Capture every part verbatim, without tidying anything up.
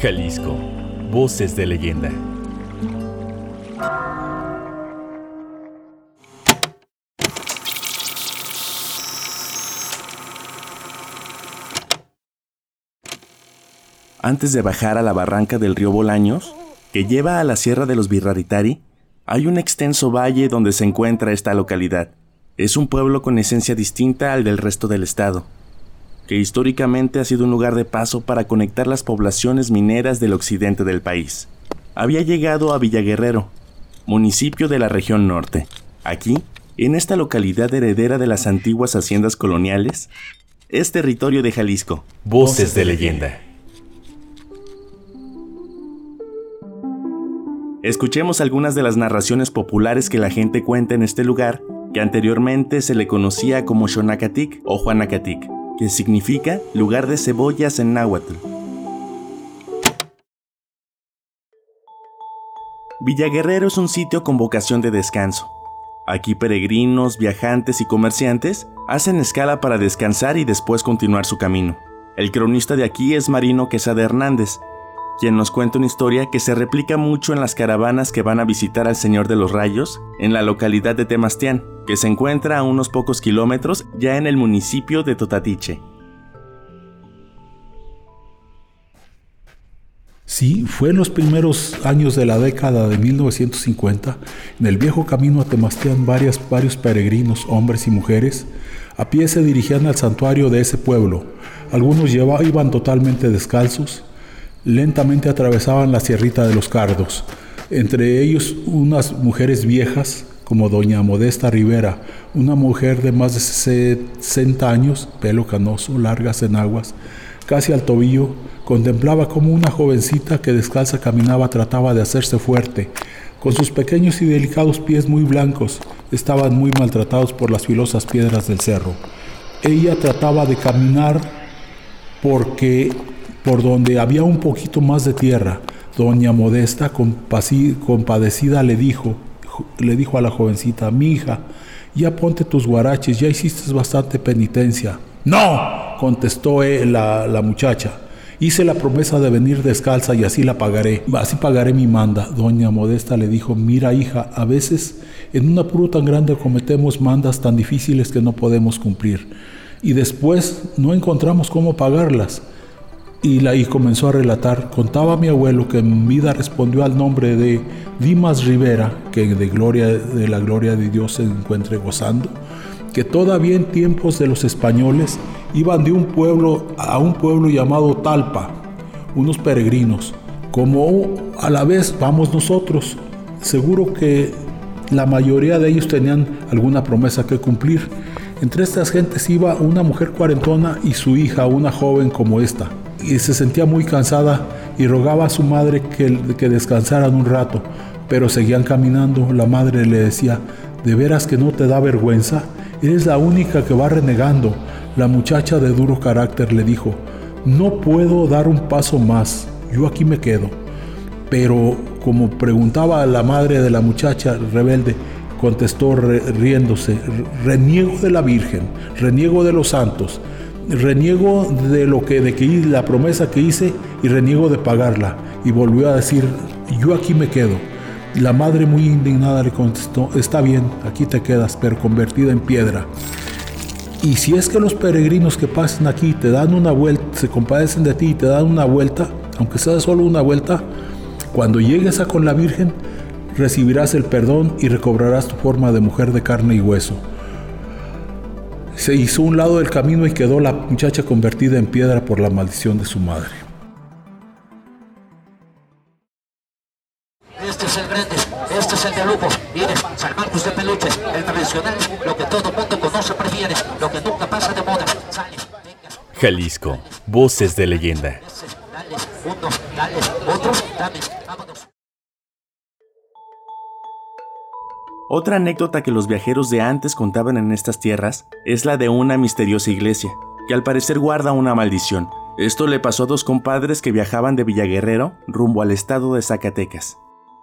Jalisco, voces de leyenda. Antes de bajar a la barranca del río Bolaños, que lleva a la Sierra de los Birraritari, hay un extenso valle donde se encuentra esta localidad. Es un pueblo con esencia distinta al del resto del estado, que históricamente ha sido un lugar de paso para conectar las poblaciones mineras del occidente del país. Había llegado a Villaguerrero, municipio de la región norte. Aquí, en esta localidad heredera de las antiguas haciendas coloniales, es territorio de Jalisco. Voces de leyenda. Escuchemos algunas de las narraciones populares que la gente cuenta en este lugar, que anteriormente se le conocía como Xonacatic o Juanacatic, que significa lugar de cebollas en náhuatl. Villaguerrero es un sitio con vocación de descanso. Aquí peregrinos, viajantes y comerciantes hacen escala para descansar y después continuar su camino. El cronista de aquí es Marino Quesada Hernández, quien nos cuenta una historia que se replica mucho en las caravanas que van a visitar al Señor de los Rayos en la localidad de Temastián, que se encuentra a unos pocos kilómetros ya en el municipio de Totatiche. Sí, fue en los primeros años de la década de mil novecientos cincuenta, en el viejo camino a Temastián, varias, varios peregrinos, hombres y mujeres, a pie se dirigían al santuario de ese pueblo. Algunos lleva, iban totalmente descalzos. Lentamente atravesaban la sierrita de los Cardos, entre ellos unas mujeres viejas, como doña Modesta Rivera, una mujer de más de sesenta años, pelo canoso, largas enaguas, casi al tobillo, contemplaba como una jovencita que descalza caminaba trataba de hacerse fuerte. Con sus pequeños y delicados pies muy blancos, estaban muy maltratados por las filosas piedras del cerro. Ella trataba de caminar porque por donde había un poquito más de tierra. Doña Modesta, compadecida, le dijo, le dijo a la jovencita: mi hija, ya ponte tus guaraches, ya hiciste bastante penitencia. ¡No!, contestó la, la muchacha. Hice la promesa de venir descalza y así la pagaré, así pagaré mi manda. Doña Modesta le dijo: mira, hija, a veces en un apuro tan grande cometemos mandas tan difíciles que no podemos cumplir, y después no encontramos cómo pagarlas. Y, la, y comenzó a relatar. Contaba mi abuelo que en vida respondió al nombre de Dimas Rivera, que de, gloria, de la gloria de Dios se encuentre gozando, que todavía en tiempos de los españoles iban de un pueblo a un pueblo llamado Talpa, unos peregrinos, como a la vez vamos nosotros. Seguro que la mayoría de ellos tenían alguna promesa que cumplir. Entre estas gentes iba una mujer cuarentona y su hija, una joven como esta, y se sentía muy cansada y rogaba a su madre que, que descansaran un rato, pero seguían caminando. La madre le decía: ¿de veras que no te da vergüenza? Eres la única que va renegando. La muchacha de duro carácter le dijo: no puedo dar un paso más, yo aquí me quedo. Pero como preguntaba a la madre de la muchacha rebelde, contestó riéndose: reniego de la Virgen, reniego de los santos, reniego de lo que de que la promesa que hice y reniego de pagarla. Y volvió a decir: yo aquí me quedo. La madre, muy indignada, le contestó: está bien, aquí te quedas, pero convertida en piedra. Y si es que los peregrinos que pasen aquí te dan una vuelta, se compadecen de ti y te dan una vuelta, aunque sea solo una vuelta, cuando llegues a con la Virgen, recibirás el perdón y recobrarás tu forma de mujer de carne y hueso. Se hizo un lado del camino y quedó la muchacha convertida en piedra por la maldición de su madre. Este es el grande, este es el de lujo. Viene San Marcos de Peluche, el tradicional, lo que todo mundo conoce, prefiere, lo que nunca pasa de moda. Sale, venga. Jalisco, voces de leyenda. Dale, uno, dale, otro, dame, vámonos. Otra anécdota que los viajeros de antes contaban en estas tierras es la de una misteriosa iglesia, que al parecer guarda una maldición. Esto le pasó a dos compadres que viajaban de Villaguerrero rumbo al estado de Zacatecas.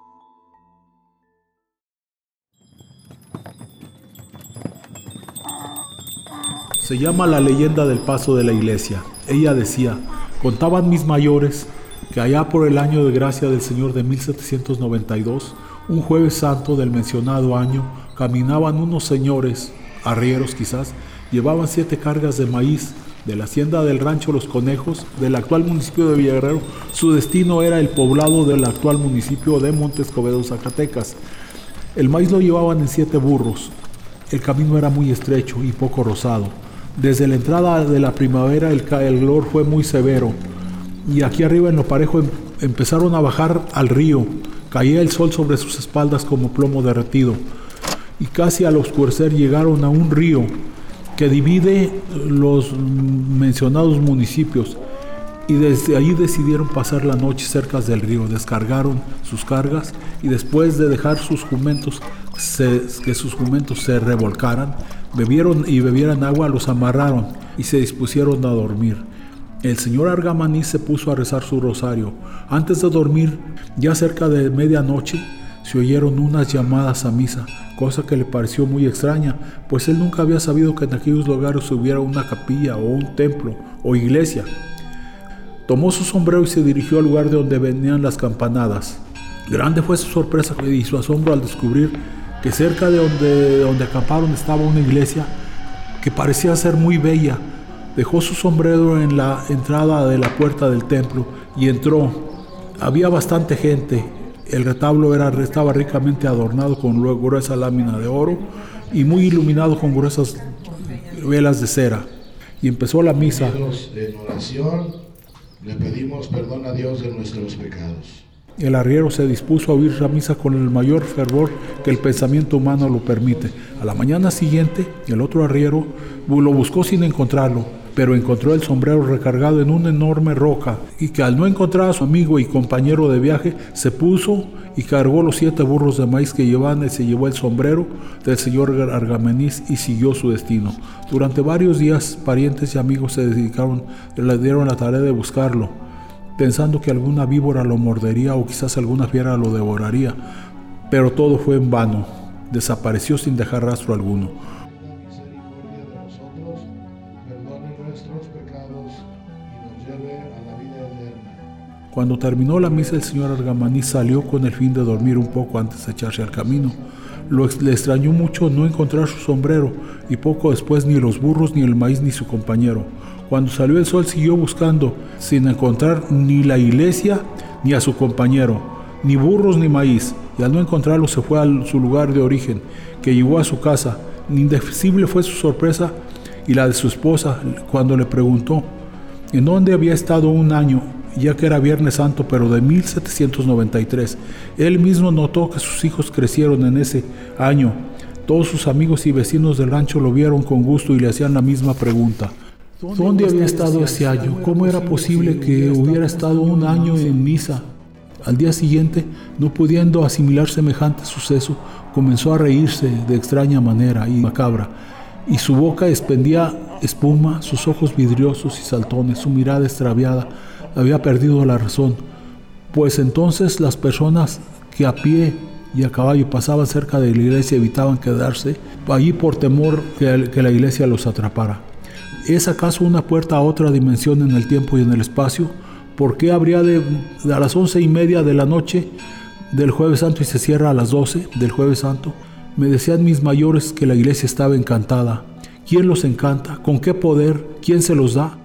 Se llama la leyenda del paso de la iglesia. Ella decía: contaban mis mayores que allá por el año de gracia del Señor de mil setecientos noventa y dos, un jueves santo del mencionado año, caminaban unos señores, arrieros quizás, llevaban siete cargas de maíz de la hacienda del rancho Los Conejos, del actual municipio de Villaguerrero. Su destino era el poblado del actual municipio de Monte Escobedo, Zacatecas. El maíz lo llevaban en siete burros. El camino era muy estrecho y poco rozado. Desde la entrada de la primavera el calor fue muy severo, y aquí arriba en lo parejo em- empezaron a bajar al río. Caía el sol sobre sus espaldas como plomo derretido, y casi al oscurecer llegaron a un río que divide los mencionados municipios, y desde allí decidieron pasar la noche cerca del río. Descargaron sus cargas y después de dejar sus jumentos se, que sus jumentos se revolcaran, bebieron y bebieran agua, los amarraron y se dispusieron a dormir. El señor Argamaní se puso a rezar su rosario. Antes de dormir, ya cerca de medianoche, se oyeron unas llamadas a misa, cosa que le pareció muy extraña, pues él nunca había sabido que en aquellos lugares hubiera una capilla o un templo o iglesia. Tomó su sombrero y se dirigió al lugar de donde venían las campanadas. Grande fue su sorpresa y su asombro al descubrir que cerca de donde, donde acamparon estaba una iglesia que parecía ser muy bella. Dejó su sombrero en la entrada de la puerta del templo y entró. Había bastante gente. El retablo era, estaba ricamente adornado con gruesa lámina de oro y muy iluminado con gruesas velas de cera. Y empezó la misa. En oración le pedimos perdón a Dios de nuestros pecados. El arriero se dispuso a oír la misa con el mayor fervor que el pensamiento humano lo permite. A la mañana siguiente, el otro arriero lo buscó sin encontrarlo, pero encontró el sombrero recargado en una enorme roca, y que al no encontrar a su amigo y compañero de viaje, se puso y cargó los siete burros de maíz que llevaban y se llevó el sombrero del señor Argamaní y siguió su destino. Durante varios días, parientes y amigos se dedicaron, le dieron la tarea de buscarlo, pensando que alguna víbora lo mordería o quizás alguna fiera lo devoraría, pero todo fue en vano. Desapareció sin dejar rastro alguno. Cuando terminó la misa, el señor Argamaní salió con el fin de dormir un poco antes de echarse al camino. Lo, le extrañó mucho no encontrar su sombrero, y poco después ni los burros, ni el maíz, ni su compañero. Cuando salió el sol siguió buscando, sin encontrar ni la iglesia, ni a su compañero, ni burros ni maíz, y al no encontrarlo se fue a su lugar de origen, que llegó a su casa. Indecible fue su sorpresa y la de su esposa cuando le preguntó en dónde había estado un año, ya que era Viernes Santo, pero de mil setecientos noventa y tres. Él mismo notó que sus hijos crecieron en ese año. Todos sus amigos y vecinos del rancho lo vieron con gusto y le hacían la misma pregunta. ¿Dónde había estado ese año? ¿Cómo era posible que hubiera estado un año en misa? Al día siguiente, no pudiendo asimilar semejante suceso, comenzó a reírse de extraña manera y macabra, y su boca expendía espuma, sus ojos vidriosos y saltones, su mirada extraviada. Había perdido la razón, pues entonces las personas que a pie y a caballo pasaban cerca de la iglesia evitaban quedarse allí por temor que, que la iglesia los atrapara. ¿Es acaso una puerta a otra dimensión en el tiempo y en el espacio? ¿Por qué habría de, de a las once y media de la noche del Jueves Santo y se cierra a las doce del Jueves Santo? Me decían mis mayores que la iglesia estaba encantada. ¿Quién los encanta? ¿Con qué poder? ¿Quién se los da?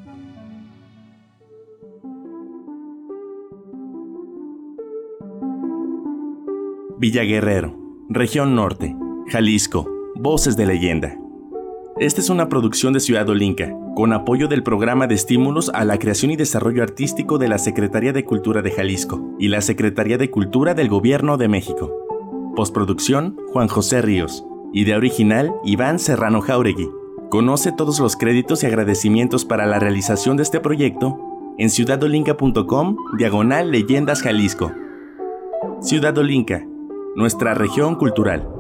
Villaguerrero, Región Norte, Jalisco, Voces de Leyenda. Esta es una producción de Ciudad Olinca, con apoyo del Programa de Estímulos a la Creación y Desarrollo Artístico de la Secretaría de Cultura de Jalisco y la Secretaría de Cultura del Gobierno de México. Postproducción, Juan José Ríos. Idea original, Iván Serrano Jauregui. Conoce todos los créditos y agradecimientos para la realización de este proyecto en ciudadolinca.com, diagonal Leyendas Jalisco. Ciudad Olinca, nuestra región cultural.